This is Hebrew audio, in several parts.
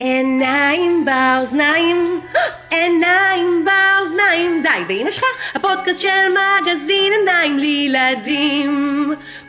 עיניים באוזניים, עיניים באוזניים, די, אמא שלך, הפודקאסט של מגזין עיניים לילדים.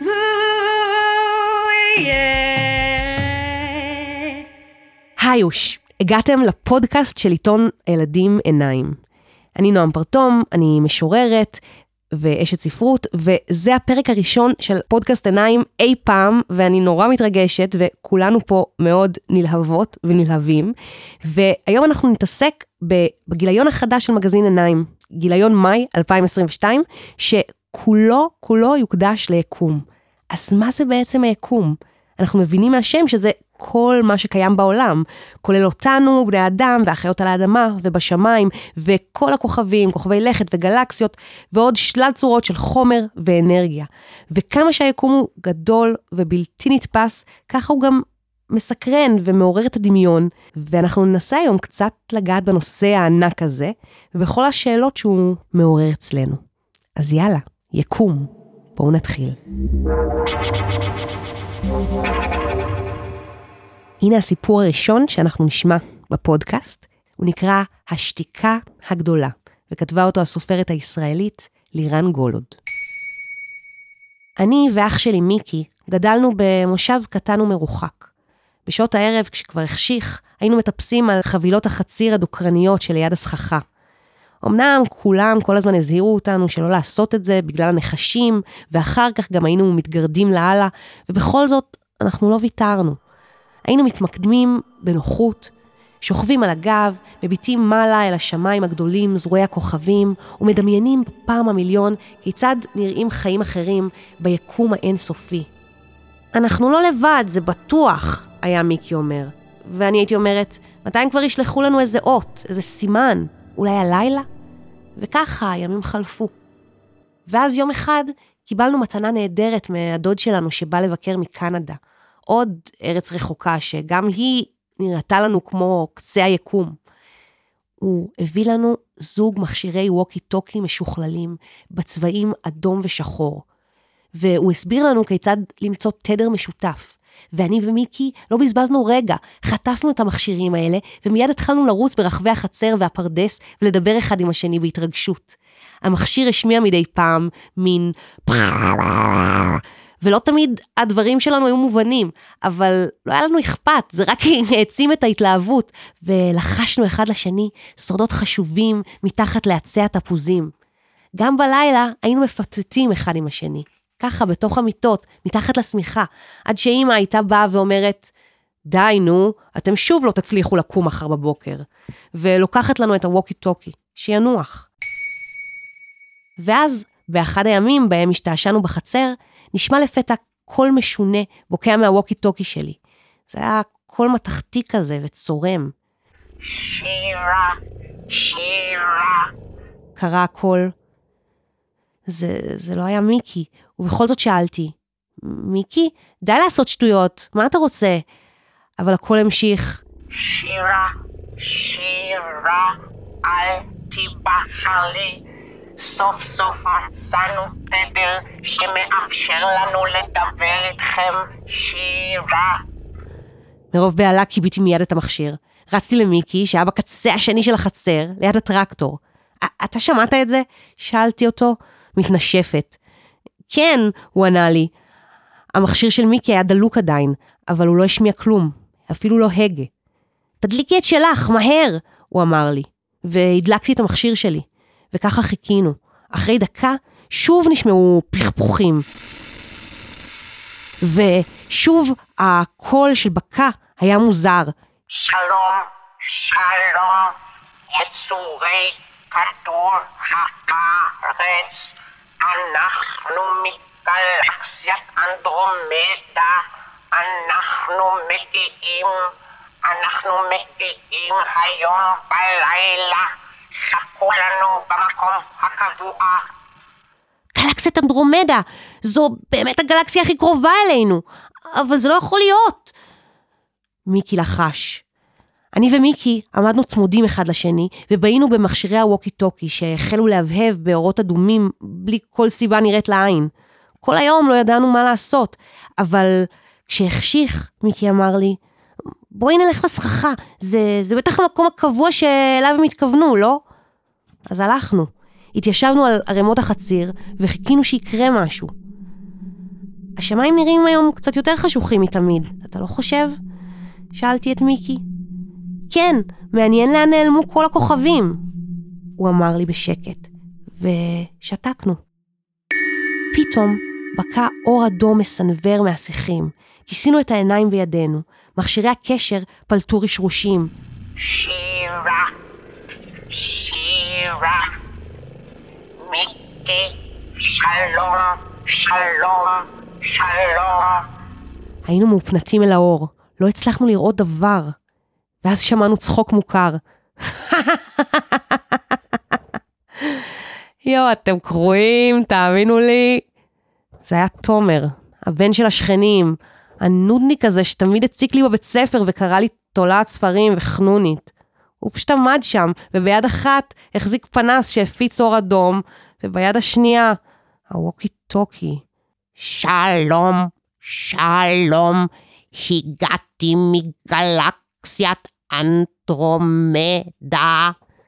היוש, הגעתם לפודקאסט של עיתון ילדים עיניים. אני נועם פרטום, אני משוררת ואשת ספרות, וזה הפרק הראשון של פודקאסט עיניים אי פעם, ואני נורא מתרגשת, וכולנו פה מאוד נלהבות ונלהבים, והיום אנחנו נתעסק בגיליון החדש של מגזין עיניים, גיליון מאי 2022, שכולו יוקדש ליקום. אז מה זה בעצם היקום? אנחנו מבינים מהשם שזה כל מה שקיים בעולם, כולל אותנו, בני אדם והחיות על האדמה ובשמיים, וכל הכוכבים, כוכבי לכת וגלקסיות, ועוד שלל צורות של חומר ואנרגיה. וכמה שהיקום הוא גדול ובלתי נתפס, ככה הוא גם מסקרן ומעורר את הדמיון, ואנחנו ננסה היום קצת לגעת בנושא הענק הזה, ובכל השאלות שהוא מעורר אצלנו. אז יאללה, יקום, בואו נתחיל. הנה הסיפור הראשון שאנחנו נשמע בפודקאסט, הוא נקרא השתיקה הגדולה, וכתבה אותו הסופרת הישראלית לירן גולוד. אני ואח שלי מיקי גדלנו במושב קטן ומרוחק. בשעות הערב כשכבר החשיך, היינו מטפסים על חבילות החציר הדוקרניות שליד הסככה. אמנם כולם כל הזמן הזהירו אותנו שלא לעשות את זה בגלל הנחשים, ואחר כך גם היינו מתגרדים להלאה, ובכל זאת אנחנו לא ויתרנו. היינו מתמקדמים בנוחות, שוכבים על הגב, מביטים מעלה אל השמיים הגדולים, זרועי הכוכבים, ומדמיינים בפעם המיליון כיצד נראים חיים אחרים ביקום האינסופי. אנחנו לא לבד, זה בטוח, היה מיקי אומר. ואני הייתי אומרת, מתי הם כבר ישלחו לנו איזה אות, איזה סימן, אולי הלילה? וככה הימים חלפו. ואז יום אחד קיבלנו מתנה נהדרת מהדוד שלנו שבא לבקר מקנדה. עוד ארץ רחוקה שגם היא נראתה לנו כמו קצה היקום. הוא הביא לנו זוג מכשירי ווקי טוקי משוכללים, בצבעים אדום ושחור. והוא הסביר לנו כיצד למצוא תדר משותף. ואני ומיקי לא בזבזנו רגע, חטפנו את המכשירים האלה, ומיד התחלנו לרוץ ברחבי החצר והפרדס, ולדבר אחד עם השני בהתרגשות. המכשיר השמיע מדי פעם מין ולא תמיד הדברים שלנו היו מובנים, אבל לא היה לנו אכפת, זה רק העצים את ההתלהבות, ולחשנו אחד לשני סודות חשובים מתחת לעצי התפוזים. גם בלילה היינו מפטפטים אחד עם השני, ככה בתוך המיטות, מתחת לשמיכה, עד שאמא הייתה באה ואומרת, די נו, אתם שוב לא תצליחו לקום מחר בבוקר, ולוקחת לנו את הווקי טוקי, שינוח. ואז, באחד הימים בהם השתעשנו בחצר, נשמע לפתע קול משונה בוקע מהווקי טוקי שלי. זה היה קול מתחתי כזה וצורם. שירה, שירה. קרא הקול. זה לא היה מיקי, ובכל זאת שאלתי, מיקי, די לעשות שטויות, מה אתה רוצה? אבל הקול המשיך. שירה, שירה, אל תיבחרי. סוף סוף מצאנו תדר שמאפשר לנו לדבר איתכם, שירה. מרוב בעלה קיביתי מיד את המכשיר. רצתי למיקי שהיה בקצה השני של החצר, ליד הטרקטור. אתה שמעת את זה? שאלתי אותו, מתנשפת. כן, הוא ענה לי. המכשיר של מיקי היה דלוק עדיין, אבל הוא לא השמיע כלום, אפילו לא הגה. תדליקי את שלך, מהר, הוא אמר לי. והדלקתי את המכשיר שלי. וככה חיכינו. אחרי דקה, שוב נשמעו פלחפוחים. ושוב הקול של בקע היה מוזר. שלום, שלום, יצורי כדור הארץ. אנחנו מגלקסיית אנדרומדה. אנחנו מגיעים היום בלילה. חכו לנו במקום הקבוע. גלקסיית אנדרומדה, זו באמת הגלקסיה הכי קרובה אלינו, אבל זה לא יכול להיות. מיקי לחש. אני ומיקי עמדנו צמודים אחד לשני, ובאינו במכשירי הווקי טוקי שהחלו להבהב באורות אדומים בלי כל סיבה נראית לעין. כל היום לא ידענו מה לעשות, אבל כשהחשיך, מיקי אמר לי, בואי נלך לסככה, זה בטח המקום הקבוע שאליו הם התכוונו, לא? אז הלכנו, התיישבנו על ערימות החציר, וחיכינו שיקרה משהו. השמיים נראים היום קצת יותר חשוכים מתמיד, אתה לא חושב? שאלתי את מיקי. כן, מעניין לאן נעלמו כל הכוכבים, הוא אמר לי בשקט, ושתקנו. פתאום בקע אור אדום מסנבר מהשיחים, כיסינו את העיניים בידינו, מכשירי הקשר פלטו רשרושים. שירה, שירה, מיקי, שלום, שלום, שלום. היינו מאופנתים אל האור, לא הצלחנו לראות דבר, ואז שמענו צחוק מוכר. יו, אתם קרואים, תאמינו לי. זה היה תומר, הבן של השכנים, הנודניק הזה שתמיד הציק לי בבית ספר וקרא לי תולעת ספרים וחנונית. הוא פשוט עמד שם, וביד אחת החזיק פנס שהפיץ אור אדום, וביד השנייה, הווקי טוקי. שלום, שלום, הגעתי מגלקסיית אנדרומדה.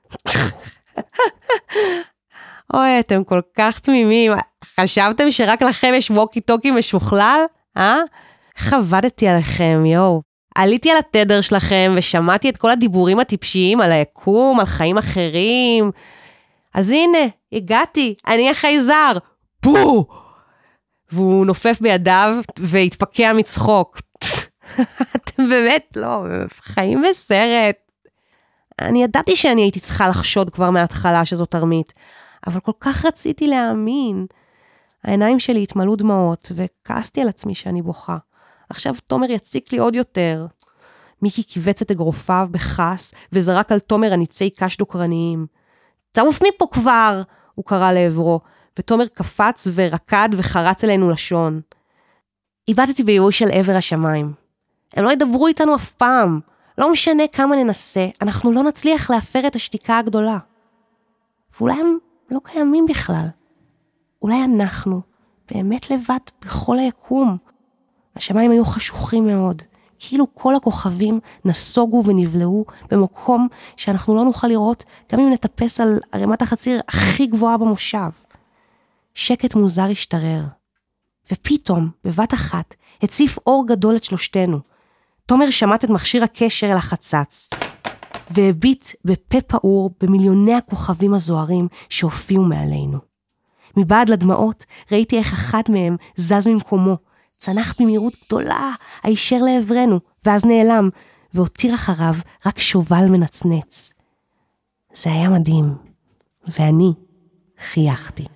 אוי, אתם כל כך תמימים. חשבתם שרק לכם יש ווקי טוקי משוכלל? חבדתי עליכם, יואו. עליתי על התדר שלכם ושמעתי את כל הדיבורים הטיפשיים על היקום, על חיים אחרים. אז הנה, הגעתי, אני החייזר. בו! והוא נופף בידיו והתפקע מצחוק. אתם באמת לא, חיים בסרט. אני ידעתי שאני הייתי צריכה לחשוד כבר מההתחלה שזאת תרמית, אבל כל כך רציתי להאמין. העיניים שלי התמלאו דמעות, וכעסתי על עצמי שאני בוכה. עכשיו תומר יציק לי עוד יותר. מיקי קיבץ את אגרופיו בכעס, וזרק על תומר הניצי קש דוקרניים. תעוף מפה כבר, הוא קרא לעברו, ותומר קפץ ורקד וחרץ אלינו לשון. איבדתי בייאוש על עבר השמיים. הם לא ידברו איתנו אף פעם. לא משנה כמה ננסה, אנחנו לא נצליח להפר את השתיקה הגדולה. ואולי הם לא קיימים בכלל. אולי אנחנו באמת לבד בכל היקום. השמיים היו חשוכים מאוד, כאילו כל הכוכבים נסוגו ונבלעו במקום שאנחנו לא נוכל לראות גם אם נטפס על ערימת החציר הכי גבוהה במושב. שקט מוזר השתרר, ופתאום, בבת אחת, הציף אור גדול את שלושתנו. תומר שמט את מכשיר הקשר אל החצץ, והביט בפה פעור במיליוני הכוכבים הזוהרים שהופיעו מעלינו. מבעד לדמעות ראיתי איך אחד מהם זז ממקומו, צנח במהירות גדולה, הישר לעברנו, ואז נעלם, והותיר אחריו רק שובל מנצנץ. זה היה מדהים, ואני חייכתי.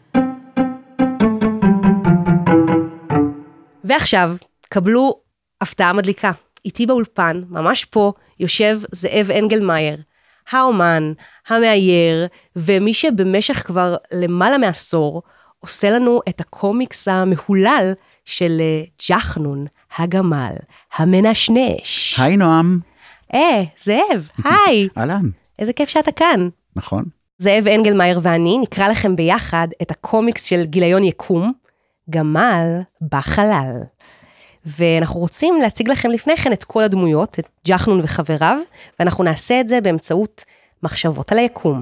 ועכשיו, קבלו הפתעה מדליקה. איתי באולפן, ממש פה, יושב זאב אנגלמאייר, האומן, המאייר, ומי שבמשך כבר למעלה מעשור, עושה לנו את הקומיקס המהולל של ג'חנון, הגמל, המנשנש. היי נועם. זאב, היי. אהלן. איזה כיף שאתה כאן. נכון. זאב אנגלמאייר ואני נקרא לכם ביחד את הקומיקס של גיליון יקום, גמל בחלל. ואנחנו רוצים להציג לכם לפני כן את כל הדמויות, את ג'חנון וחבריו, ואנחנו נעשה את זה באמצעות מחשבות על היקום.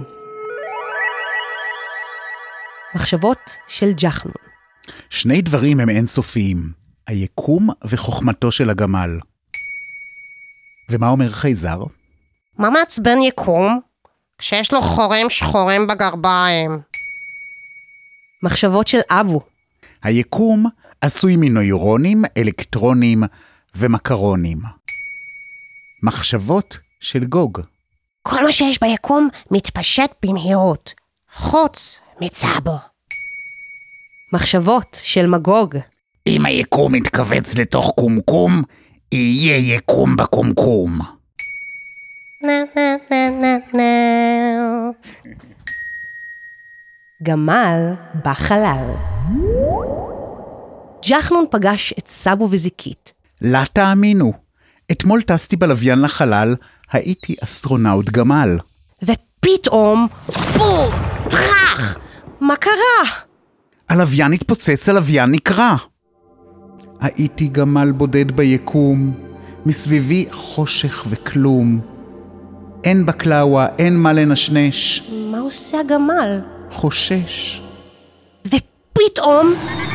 מחשבות של ג'חנון. שני דברים הם אינסופיים, היקום וחוכמתו של הגמל. ומה אומר חייזר? מה מעצבן יקום? כשיש לו חורים שחורים בגרביים. מחשבות של אבו. היקום עשוי מנוירונים, אלקטרונים ומקרונים. מחשבות של גוג. כל מה שיש ביקום מתפשט במהירות, חוץ מצבו. מחשבות של מגוג. אם היקום מתכווץ לתוך קומקום, יהיה יקום בקומקום. גמל בחלל. ג'חנון פגש את סבו וזיקית. לא תאמינו, אתמול טסתי בלוויין לחלל, הייתי אסטרונאוט גמל. ופתאום, בום, טרח, מה קרה? הלוויין התפוצץ, הלוויין נקרע. הייתי גמל בודד ביקום, מסביבי חושך וכלום. אין בקלאווה, אין מה לנשנש. מה עושה הגמל? חושש. ופתאום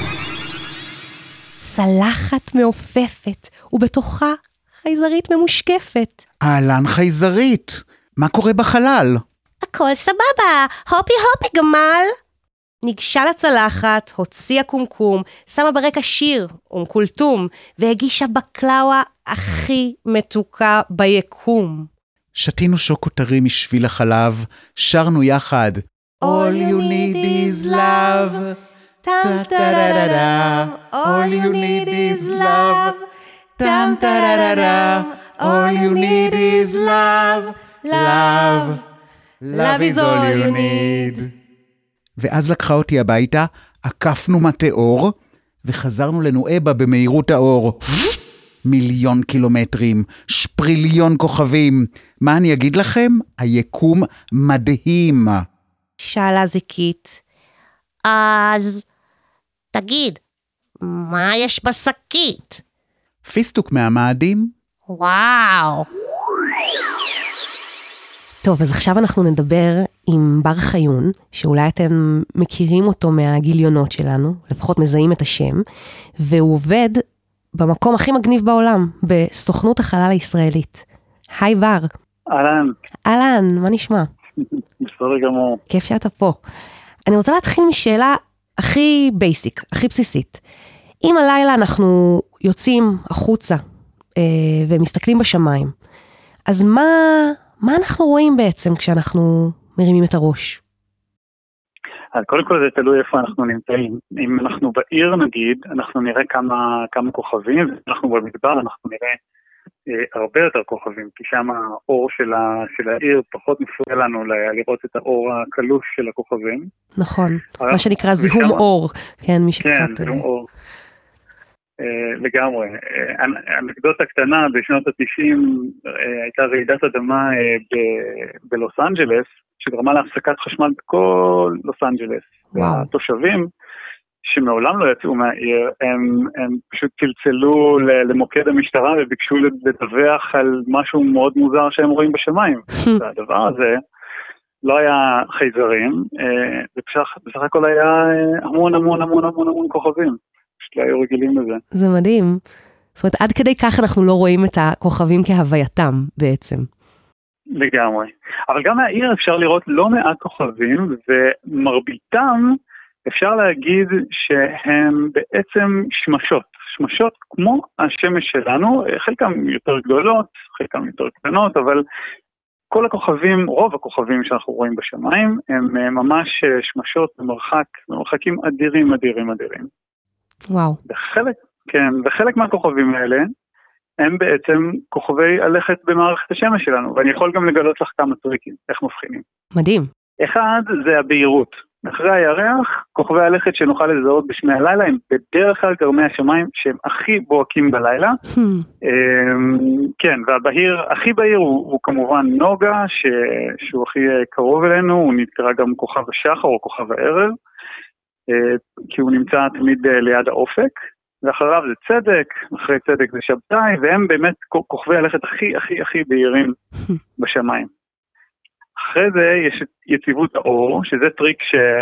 צלחת מעופפת, ובתוכה חייזרית ממושקפת. אהלן חייזרית, מה קורה בחלל? הכל סבבה, הופי הופי גמל. ניגשה לצלחת, הוציאה קומקום, שמה ברקע שיר ומקולטום, והגישה בקלאווה הכי מתוקה ביקום. שתינו שוקו טרי משביל החלב, שרנו יחד. All you need is love. טם טרררם. All you need is love. טם טרררם. All you need is love. Love. Love is all you need. ואז לקחה אותי הביתה, עקפנו מטאור, וחזרנו לנואבה במהירות האור. 1,000,000 קילומטרים, שפריליון כוכבים. מה אני אגיד לכם? היקום מדהים. שאלה זיקית. אז תגיד, מה יש בשקית? פיסטוק מהמאדים? וואו. טוב, אז עכשיו אנחנו נדבר עם בר חיון, שאולי אתם מכירים אותו מהגיליונות שלנו, לפחות מזהים את השם, והוא עובד במקום הכי מגניב בעולם, בסוכנות החלל הישראלית. היי בר. אהלן. אהלן, מה נשמע? בסדר גמור. כיף שאתה פה. אני רוצה להתחיל משאלה הכי בייסיק, הכי בסיסית. אם הלילה אנחנו יוצאים החוצה ומסתכלים בשמיים, אז מה אנחנו רואים בעצם כשאנחנו מרימים את הראש? אז קודם כל זה תלוי איפה אנחנו נמצאים. אם אנחנו בעיר נגיד, אנחנו נראה כמה כוכבים, ואנחנו במדבר אנחנו נראה הרבה יותר כוכבים, כי שם האור של העיר פחות מפריע לנו לראות את האור הקלוש של הכוכבים. נכון, מה שנקרא זיהום אור, כן, מי שקצת... כן, זיהום אור. לגמרי. אנקדוטה קטנה, בשנות ה-90 הייתה רעידת אדמה בלוס אנג'לס, שגרמה להפסקת חשמל בכל לוס אנג'לס. והתושבים שמעולם לא יצאו מהעיר, הם פשוט צלצלו למוקד המשטרה וביקשו לדווח על משהו מאוד מוזר שהם רואים בשמיים. והדבר הזה לא היה חייזרים, בסך הכל היה המון כוכבים. פשוט לא היו רגילים לזה. זה מדהים. זאת אומרת, עד כדי כך אנחנו לא רואים את הכוכבים כהווייתם בעצם. לגמרי. אבל גם מהעיר אפשר לראות לא מעט כוכבים, ומרביתם אפשר להגיד שהם בעצם שמשות. שמשות כמו השמש שלנו, חלקם יותר גדולות, חלקם יותר קטנות, אבל כל הכוכבים, רוב הכוכבים שאנחנו רואים בשמיים, הם ממש שמשות במרחקים אדירים. וואו. וחלק מהכוכבים האלה, הם בעצם כוכבי הלכת במערכת השמש שלנו, ואני יכול גם לגלות לך כמה טריקים, איך מבחינים. מדהים. אחד זה הבהירות. אחרי הירח, כוכבי הלכת שנוכל לזהות בשמי הלילה, הם בדרך כלל גרמי השמיים שהם הכי בוהקים בלילה. כן, והבהיר, הכי בהיר הוא כמובן נוגה, שהוא הכי קרוב אלינו, הוא נקרא גם כוכב השחר או כוכב הערב, כי הוא נמצא תמיד ליד האופק. ואחריו זה צדק, אחרי צדק זה שבתאי, והם באמת כוכבי הלכת הכי בהירים בשמיים. אחרי זה יש יציבות האור, שזה טריק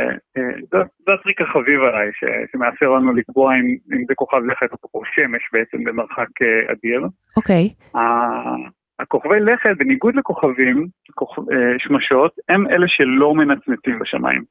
זה הטריק החביב עליי, שמאפשר לנו לקבוע אם זה כוכב לכת או שמש בעצם במרחק אדיר. אוקיי. הכוכבי לכת, בניגוד לכוכבים, שמשות, הם אלה שלא מנצנצים בשמיים.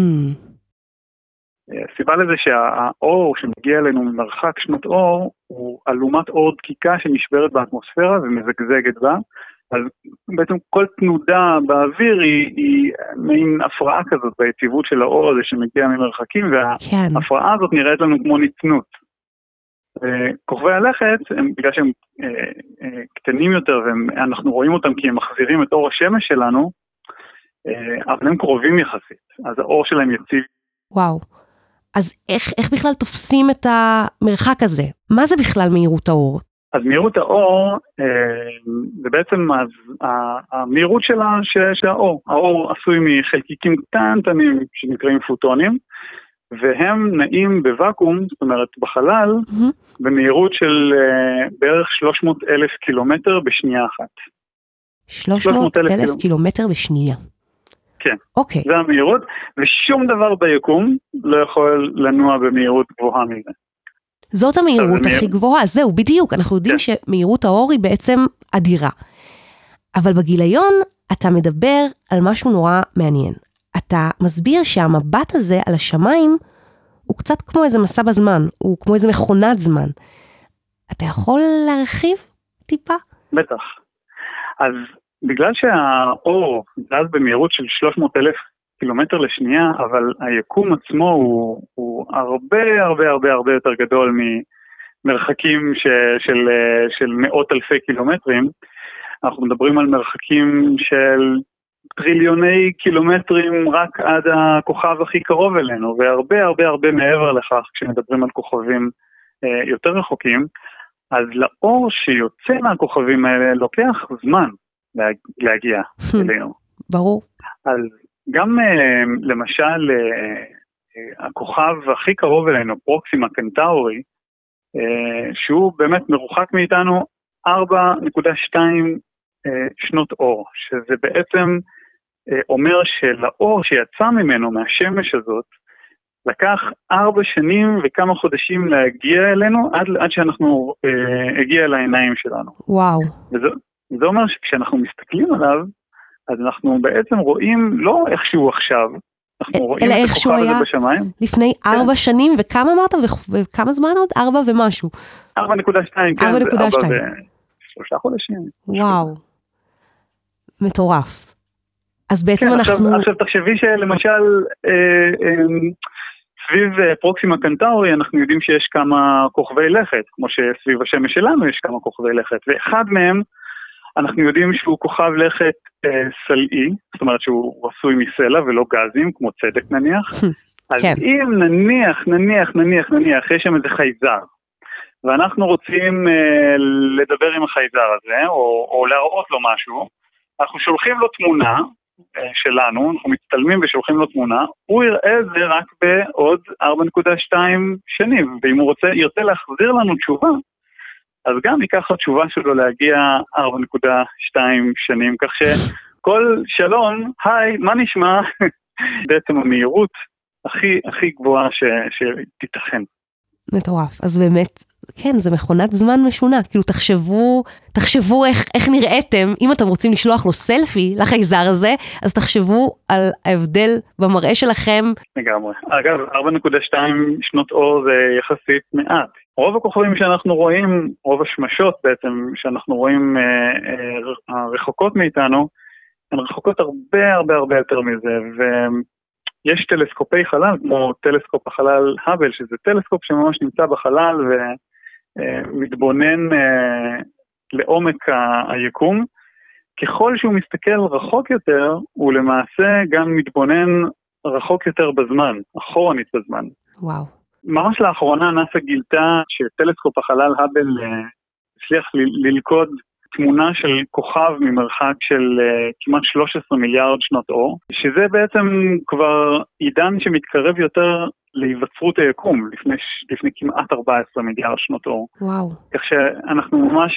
הסיבה לזה שהאור שמגיע אלינו ממרחק שנות אור, הוא אלומת אור דקיקה שנשברת באטמוספירה ומזגזגת בה, אז בעצם כל תנודה באוויר היא מין הפרעה כזאת ביציבות של האור הזה שמגיע ממרחקים, וההפרעה הזאת נראית לנו כמו נצנות. כוכבי הלכת, בגלל שהם קטנים יותר ואנחנו רואים אותם כי הם מחזירים את אור השמש שלנו, אבל הם קרובים יחסית, אז האור שלהם יציב. וואו. אז איך בכלל תופסים את המרחק הזה? מה זה בכלל מהירות האור? אז מהירות האור, זה בעצם המהירות של האור. האור עשוי מחלקיקים קטנטנים שנקראים פוטונים, והם נעים בוואקום, זאת אומרת בחלל, במהירות של בערך 300,000 קילומטר בשנייה אחת. 300,000 קילומטר בשנייה. כן, אוקיי. זה המהירות, ושום דבר ביקום לא יכול לנוע במהירות גבוהה מזה. זאת המהירות הכי גבוהה, זהו, בדיוק, אנחנו יודעים שמהירות האור היא בעצם אדירה. אבל בגיליון אתה מדבר על משהו נורא מעניין. אתה מסביר שהמבט הזה על השמיים הוא קצת כמו איזה מסע בזמן, הוא כמו איזה מכונת זמן. אתה יכול להרחיב טיפה? בטח. אז בגלל שהאור זז במהירות של 300,000 קילומטר לשנייה, אבל היקום עצמו הוא הרבה הרבה הרבה הרבה יותר גדול ממרחקים של מאות אלפי קילומטרים. אנחנו מדברים על מרחקים של טריליוני קילומטרים רק עד הכוכב הכי קרוב אלינו, והרבה הרבה הרבה מעבר לכך כשמדברים על כוכבים יותר רחוקים. אז לאור שיוצא מהכוכבים האלה לוקח זמן להגיע אלינו. ברור. אז גם למשל הכוכב הכי קרוב אלינו, פרוקסימה קנטאורי, שהוא באמת מרוחק מאיתנו 4.2 שנות אור, שזה בעצם אומר שלאור שיצא ממנו מהשמש הזאת, לקח 4 שנים וכמה חודשים להגיע אלינו, עד שאנחנו הגיע לעיניים שלנו. וואו. וזה אומר שכשאנחנו מסתכלים עליו, אז אנחנו בעצם רואים לא איכשהו עכשיו, אנחנו רואים את הכוכב הזה בשמיים. לפני 4 שנים, וכמה אמרת? וכמה זמן עוד? 4 ומשהו. 4.2, כן. 4.2. 3 חודשים. וואו. מטורף. אז בעצם כן, אנחנו... עכשיו תחשבי שלמשל, סביב פרוקסימה קנטאורי אנחנו יודעים שיש כמה כוכבי לכת, כמו שסביב השמש שלנו יש כמה כוכבי לכת, ואחד מהם אנחנו יודעים שהוא כוכב לכת סלעי, זאת אומרת שהוא עשוי מסלע ולא גזים, כמו צדק נניח. אז אם נניח, יש שם איזה חייזר, ואנחנו רוצים לדבר עם החייזר הזה, או להראות לו משהו, אנחנו שולחים לו תמונה שלנו, אנחנו מצטלמים ושולחים לו תמונה, הוא יראה את זה רק בעוד 4.2 שנים, ואם הוא ירצה להחזיר לנו תשובה, אז גם ייקח התשובה שלו להגיע 4.2 שנים, כך שכל שלום, היי, מה נשמע? בעצם המהירות הכי גבוהה שתיתכן. מטורף, אז באמת, כן, זה מכונת זמן משונה, כאילו תחשבו איך נראיתם, אם אתם רוצים לשלוח לו סלפי לחייזר הזה, אז תחשבו על ההבדל במראה שלכם. לגמרי. אגב, 4.2 שנות אור זה יחסית מעט. רוב הכוכבים שאנחנו רואים, רוב השמשות בעצם שאנחנו רואים רחוקות מאיתנו, הן רחוקות הרבה יותר מזה, ויש טלסקופי חלל, כמו טלסקופ החלל האבל, שזה טלסקופ שממש נמצא בחלל ומתבונן לעומק היקום. ככל שהוא מסתכל רחוק יותר, הוא למעשה גם מתבונן רחוק יותר בזמן, אחורנית בזמן. וואו. ממש לאחרונה נאס"א גילתה שטלסקופ החלל האבל הצליח ללכוד תמונה של כוכב ממרחק של כמעט 13 מיליארד שנות אור, שזה בעצם כבר עידן שמתקרב יותר להיווצרות היקום, לפני כמעט 14 מיליארד שנות אור. וואו. כך שאנחנו ממש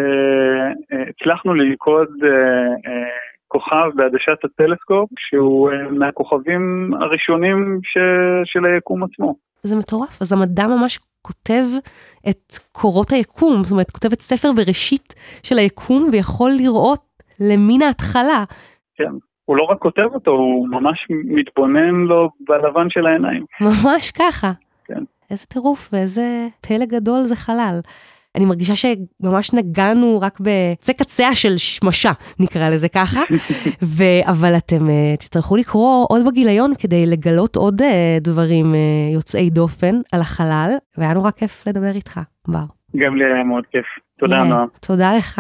הצלחנו ללכוד כוכב בעדשת הטלסקופ, שהוא מהכוכבים הראשונים של היקום עצמו. זה מטורף, אז המדע ממש כותב את קורות היקום, זאת אומרת, כותב את ספר בראשית של היקום, ויכול לראות למין ההתחלה. כן, הוא לא רק כותב אותו, הוא ממש מתבונן לו בלבן של העיניים. ממש ככה. כן. איזה טירוף ואיזה פלא גדול זה חלל. אני מרגישה שממש נגענו רק בקצה קצה של שמשה, נקרא לזה ככה, אבל אתם תצטרכו לקרוא עוד בגיליון כדי לגלות עוד דברים יוצאי דופן על החלל, והיה נורא כיף לדבר איתך, בר. גם לי היה מאוד כיף. תודה, נועה. תודה לך.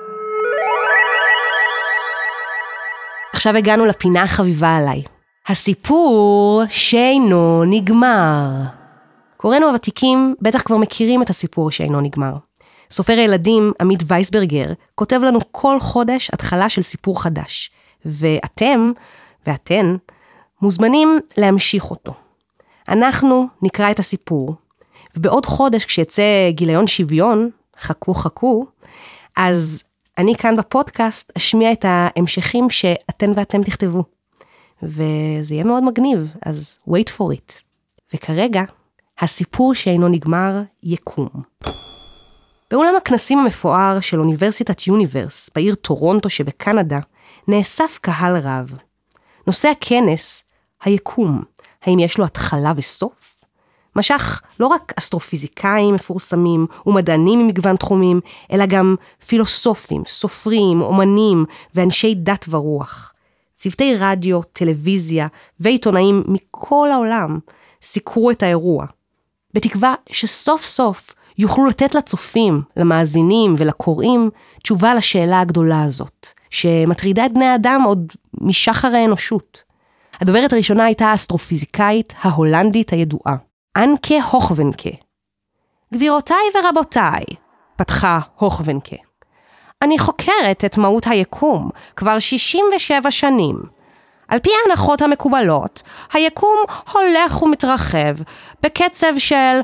עכשיו הגענו לפינה החביבה עליי. הסיפור שאינו נגמר. קוראינו הוותיקים בטח כבר מכירים את הסיפור שאינו נגמר. סופר הילדים עמית וייסברגר כותב לנו כל חודש התחלה של סיפור חדש, ואתם ואתן מוזמנים להמשיך אותו. אנחנו נקרא את הסיפור, ובעוד חודש כשיצא גיליון שוויון, חכו, אז אני כאן בפודקאסט אשמיע את ההמשכים שאתן ואתם תכתבו. וזה יהיה מאוד מגניב, אז wait for it. וכרגע, הסיפור שאינו נגמר יקום. באולם הכנסים המפואר של אוניברסיטת יוניברס, בעיר טורונטו שבקנדה, נאסף קהל רב. נושא הכנס, היקום, האם יש לו התחלה וסוף? משך לא רק אסטרופיזיקאים מפורסמים ומדענים ממגוון תחומים, אלא גם פילוסופים, סופרים, אומנים ואנשי דת ורוח. צוותי רדיו, טלוויזיה ועיתונאים מכל העולם סיקרו את האירוע, בתקווה שסוף סוף יוכלו לתת לצופים, למאזינים ולקוראים תשובה לשאלה הגדולה הזאת, שמטרידה את בני האדם עוד משחר האנושות. הדוברת הראשונה הייתה האסטרופיזיקאית ההולנדית הידועה, אנקה הוכוונקה. גבירותיי ורבותיי, פתחה הוכוונקה. אני חוקרת את מהות היקום כבר 67 שנים. על פי ההנחות המקובלות, היקום הולך ומתרחב בקצב של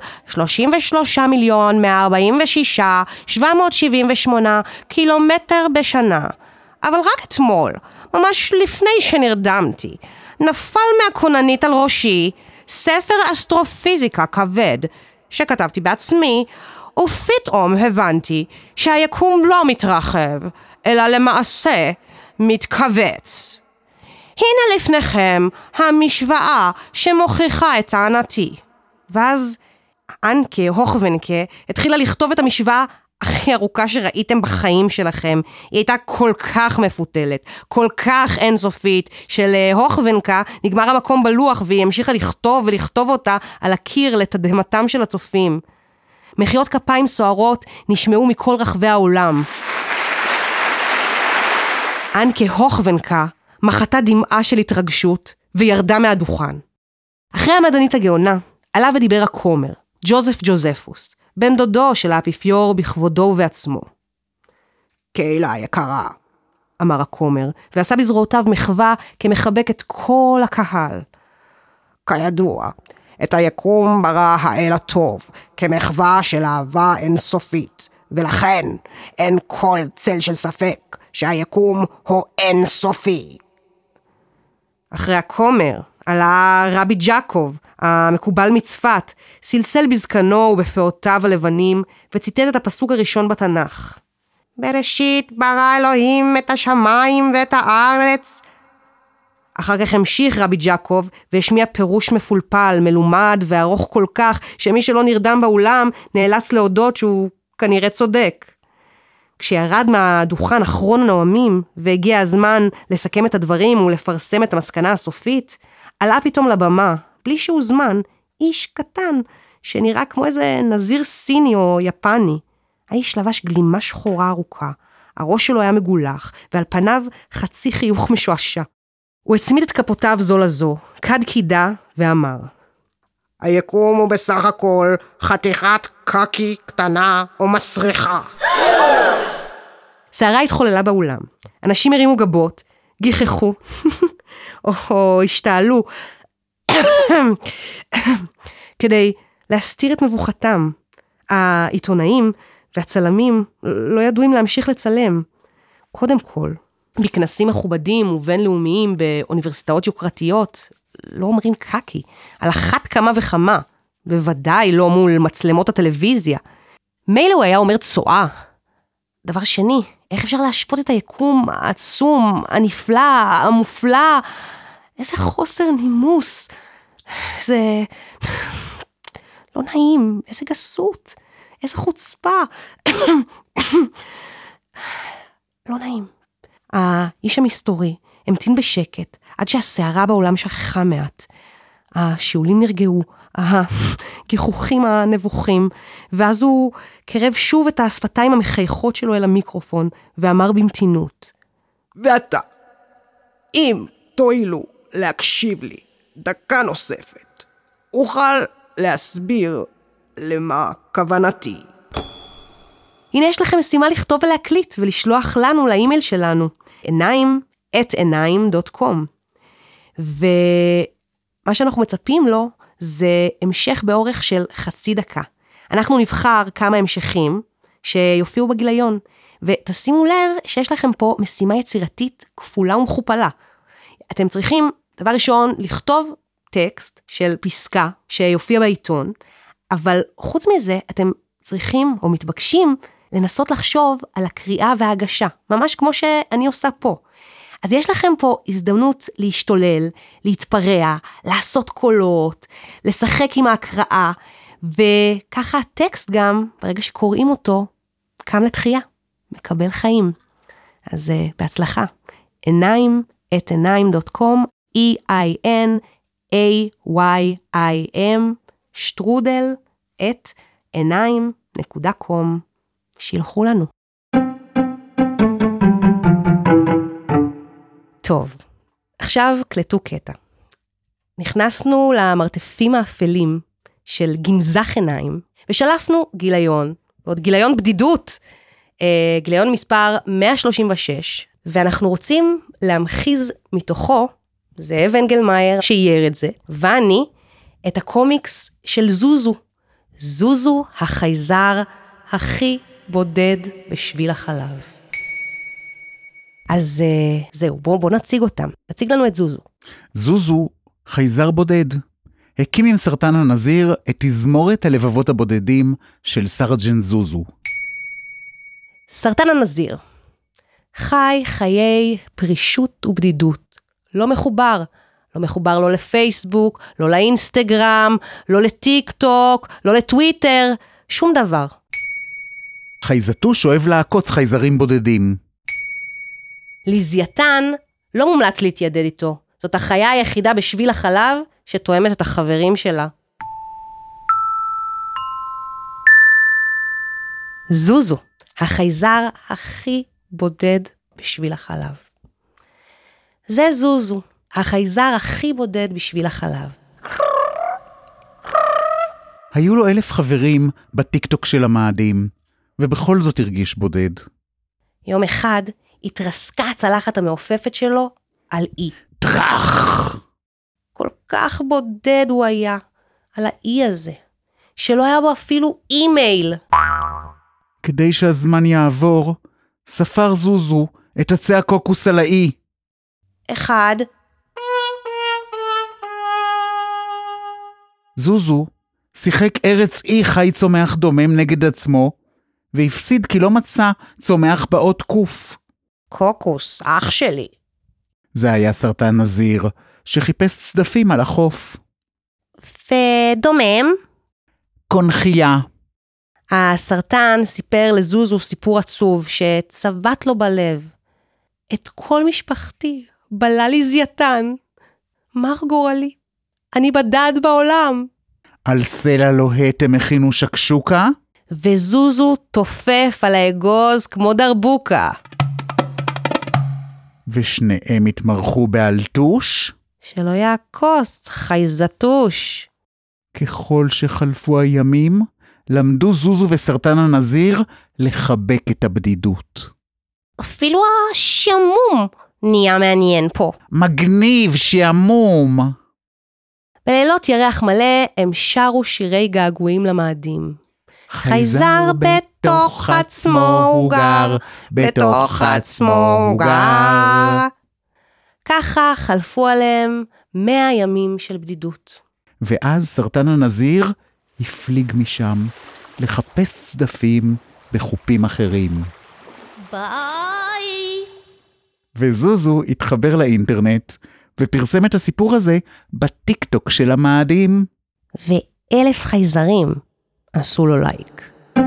33,146,778 קילומטר בשנה. אבל רק אתמול, ממש לפני שנרדמתי, נפל מהכוננית על ראשי ספר אסטרופיזיקה כבד שכתבתי בעצמי, ופתאום הבנתי שהיקום לא מתרחב, אלא למעשה מתכווץ. הנה לפניכם המשוואה שמוכיחה את טענתי. ואז אנקה הוכוונקה התחילה לכתוב את המשוואה הכי ארוכה שראיתם בחיים שלכם. היא הייתה כל כך מפותלת, כל כך אינסופית, שלהוכוונקה נגמר המקום בלוח, והיא המשיכה לכתוב ולכתוב אותה על הקיר לתדהמתם של הצופים. מחיאות כפיים סוערות נשמעו מכל רחבי העולם. אנקה הוכוונקה מחתה דמעה של התרגשות וירדה מהדוכן. אחרי המדענית הגאונה, עלה ודיבר הכומר, ג'וזף ג'וזפוס, בן דודו של האפיפיור בכבודו ובעצמו. קהילה יקרה, אמר הכומר, ועשה בזרועותיו מחווה כמחבק את כל הקהל. כידוע, את היקום ברא האל הטוב, כמחווה של אהבה אינסופית, ולכן אין כל צל של ספק שהיקום הוא אינסופי. אחרי הכומר עלה רבי ג'קוב, המקובל מצפת, סלסל בזקנו ובפאותיו הלבנים, וציטט את הפסוק הראשון בתנ"ך. בראשית ברא אלוהים את השמיים ואת הארץ. אחר כך המשיך רבי ג'קוב והשמיע פירוש מפולפל, מלומד וארוך כל כך, שמי שלא נרדם באולם נאלץ להודות שהוא כנראה צודק. כשירד מהדוכן אחרון הנואמים והגיע הזמן לסכם את הדברים ולפרסם את המסקנה הסופית, עלה פתאום לבמה, בלי שהוא זמן, איש קטן שנראה כמו איזה נזיר סיני או יפני. האיש לבש גלימה שחורה ארוכה, הראש שלו היה מגולח, ועל פניו חצי חיוך משועשע. הוא הצמיד את כפותיו זו לזו, קד קידה, ואמר, היקום הוא בסך הכל חתיכת קקי קטנה או מסריחה. שערה התחוללה באולם. אנשים הרימו גבות, גיחכו, או השתעלו, כדי להסתיר את מבוכתם. העיתונאים והצלמים לא ידעו אם להמשיך לצלם. קודם כל, בכנסים מכובדים ובינלאומיים באוניברסיטאות יוקרתיות, לא אומרים קקי, על אחת כמה וכמה, בוודאי לא מול מצלמות הטלוויזיה. מילא הוא היה אומר צועה. דבר שני, איך אפשר להשפוט את היקום העצום, הנפלא, המופלא? איזה חוסר נימוס. זה לא נעים, איזה גסות, איזה חוצפה. לא נעים. האיש המסתורי המתין בשקט, עד שהשערה בעולם שכחה מעט. השאולים נרגעו, הגיחוכים הנבוכים, ואז הוא קרב שוב את השפתיים המחייכות שלו אל המיקרופון, ואמר במתינות, ועתה, אם תואילו להקשיב לי דקה נוספת, אוכל להסביר למה כוונתי. הנה יש לכם משימה לכתוב ולהקליט, ולשלוח לנו לאימייל שלנו, עיניים@עיניים.com. ומה שאנחנו מצפים לו, זה המשך באורך של חצי דקה. אנחנו נבחר כמה המשכים שיופיעו בגיליון, ותשימו לב שיש לכם פה משימה יצירתית כפולה ומכופלה. אתם צריכים, דבר ראשון, לכתוב טקסט של פסקה שיופיע בעיתון, אבל חוץ מזה אתם צריכים או מתבקשים לנסות לחשוב על הקריאה וההגשה, ממש כמו שאני עושה פה. אז יש לכם פה הזדמנות להשתולל, להתפרע, לעשות קולות, לשחק עם ההקראה, וככה הטקסט גם, ברגע שקוראים אותו, קם לתחייה, מקבל חיים. אז בהצלחה. עיניים@עיניים.com, EINAYIM, strudel@עיניים.com. שילחו לנו. טוב, עכשיו קלטו קטע. נכנסנו למרתפים האפלים של גנזך עיניים, ושלפנו גיליון, ועוד גיליון בדידות, גיליון מספר 136, ואנחנו רוצים להמחיז מתוכו, זאב אנגלמאייר שייר את זה, ואני, את הקומיקס של זוזו. זוזו החייזר הכי בודד בשביל החלב. אז זהו, בואו נציג אותם. נציג לנו את זוזו. זוזו, חייזר בודד. הקים עם סרטן הנזיר את תזמורת הלבבות הבודדים של סרג'נט זוזו. סרטן הנזיר. חי חיי פרישות ובדידות. לא מחובר. לא מחובר לא לפייסבוק, לא לאינסטגרם, לא לטיק טוק, לא לטוויטר, שום דבר. חייזתוש אוהב לעקוץ חייזרים בודדים. ליזיתן לא מומלץ להתיידד איתו. זאת החיה היחידה בשביל החלב שתואמת את החברים שלה. זוזו, החייזר הכי בודד בשביל החלב. זה זוזו, החייזר הכי בודד בשביל החלב. היו לו 1,000 חברים בטיקטוק של המאדים, ובכל זאת הרגיש בודד. יום אחד התרסקה הצלחת המעופפת שלו על אי. טרח! כל כך בודד הוא היה על האי הזה, שלא היה בו אפילו אימייל. כדי שהזמן יעבור, ספר זוזו את עצי הקוקוס על האי. 1. זוזו שיחק ארץ אי חי צומח דומם נגד עצמו, והפסיד כי לא מצא צומח באות קוף. קוקוס, אח שלי. זה היה סרטן נזיר, שחיפש צדפים על החוף. ודומם? קונחייה. הסרטן סיפר לזוזו סיפור עצוב שצבט לו בלב. את כל משפחתי בלה ליזיתן. מר גורלי, אני בדד בעולם. על סלע לוהט הם הכינו שקשוקה? וזוזו תופף על האגוז כמו דרבוקה. ושניהם התמרחו באלטוש? שלא יעקוס, חייזתוש. ככל שחלפו הימים, למדו זוזו וסרטן הנזיר לחבק את הבדידות. אפילו השעמום נהיה מעניין פה. מגניב, שעמום. בלילות ירח מלא הם שרו שירי געגועים למאדים. חייזר בתוך עצמו הוא גר, בתוך עצמו הוא גר. ככה חלפו עליהם 100 ימים של בדידות. ואז סרטן הנזיר הפליג משם לחפש צדפים בחופים אחרים. ביי. וזוזו התחבר לאינטרנט ופרסם את הסיפור הזה בטיקטוק של המאדים. ו1,000 חייזרים עשו לו לייק.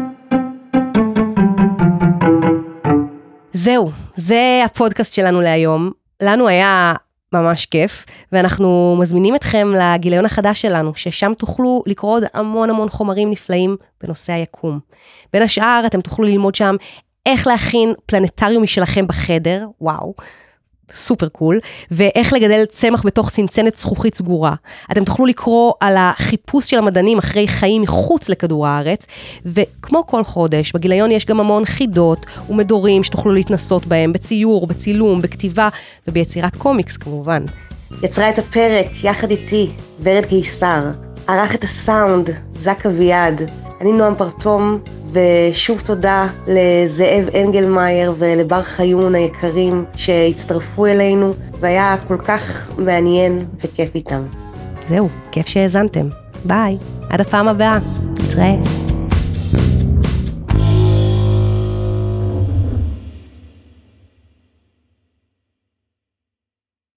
זהו, זה הפודקאסט שלנו להיום. לנו היה ממש כיף, ואנחנו מזמינים אתכם לגיליון החדש שלנו, ששם תוכלו לקרוא עוד המון חומרים נפלאים בנושא היקום. בין השאר, אתם תוכלו ללמוד שם איך להכין פלנטריום משלכם בחדר, וואו, סופר קול, ואיך לגדל צמח בתוך צנצנת זכוכית סגורה. אתם תוכלו לקרוא על החיפוש של המדענים אחרי חיים מחוץ לכדור הארץ, וכמו כל חודש, בגיליון יש גם המון חידות ומדורים שתוכלו להתנסות בהם, בציור, בצילום, בכתיבה וביצירת קומיקס כמובן. יצרה את הפרק יחד איתי, ורד קיסר, ערך את הסאונד, זק אביעד. אני נועם פרטום, ושוב תודה לזאב אנגלמאייר ולבר חיון היקרים שהצטרפו אלינו, והיה כל כך מעניין וכיף איתם. זהו, כיף שהאזנתם. ביי, עד הפעם הבאה. נתראה.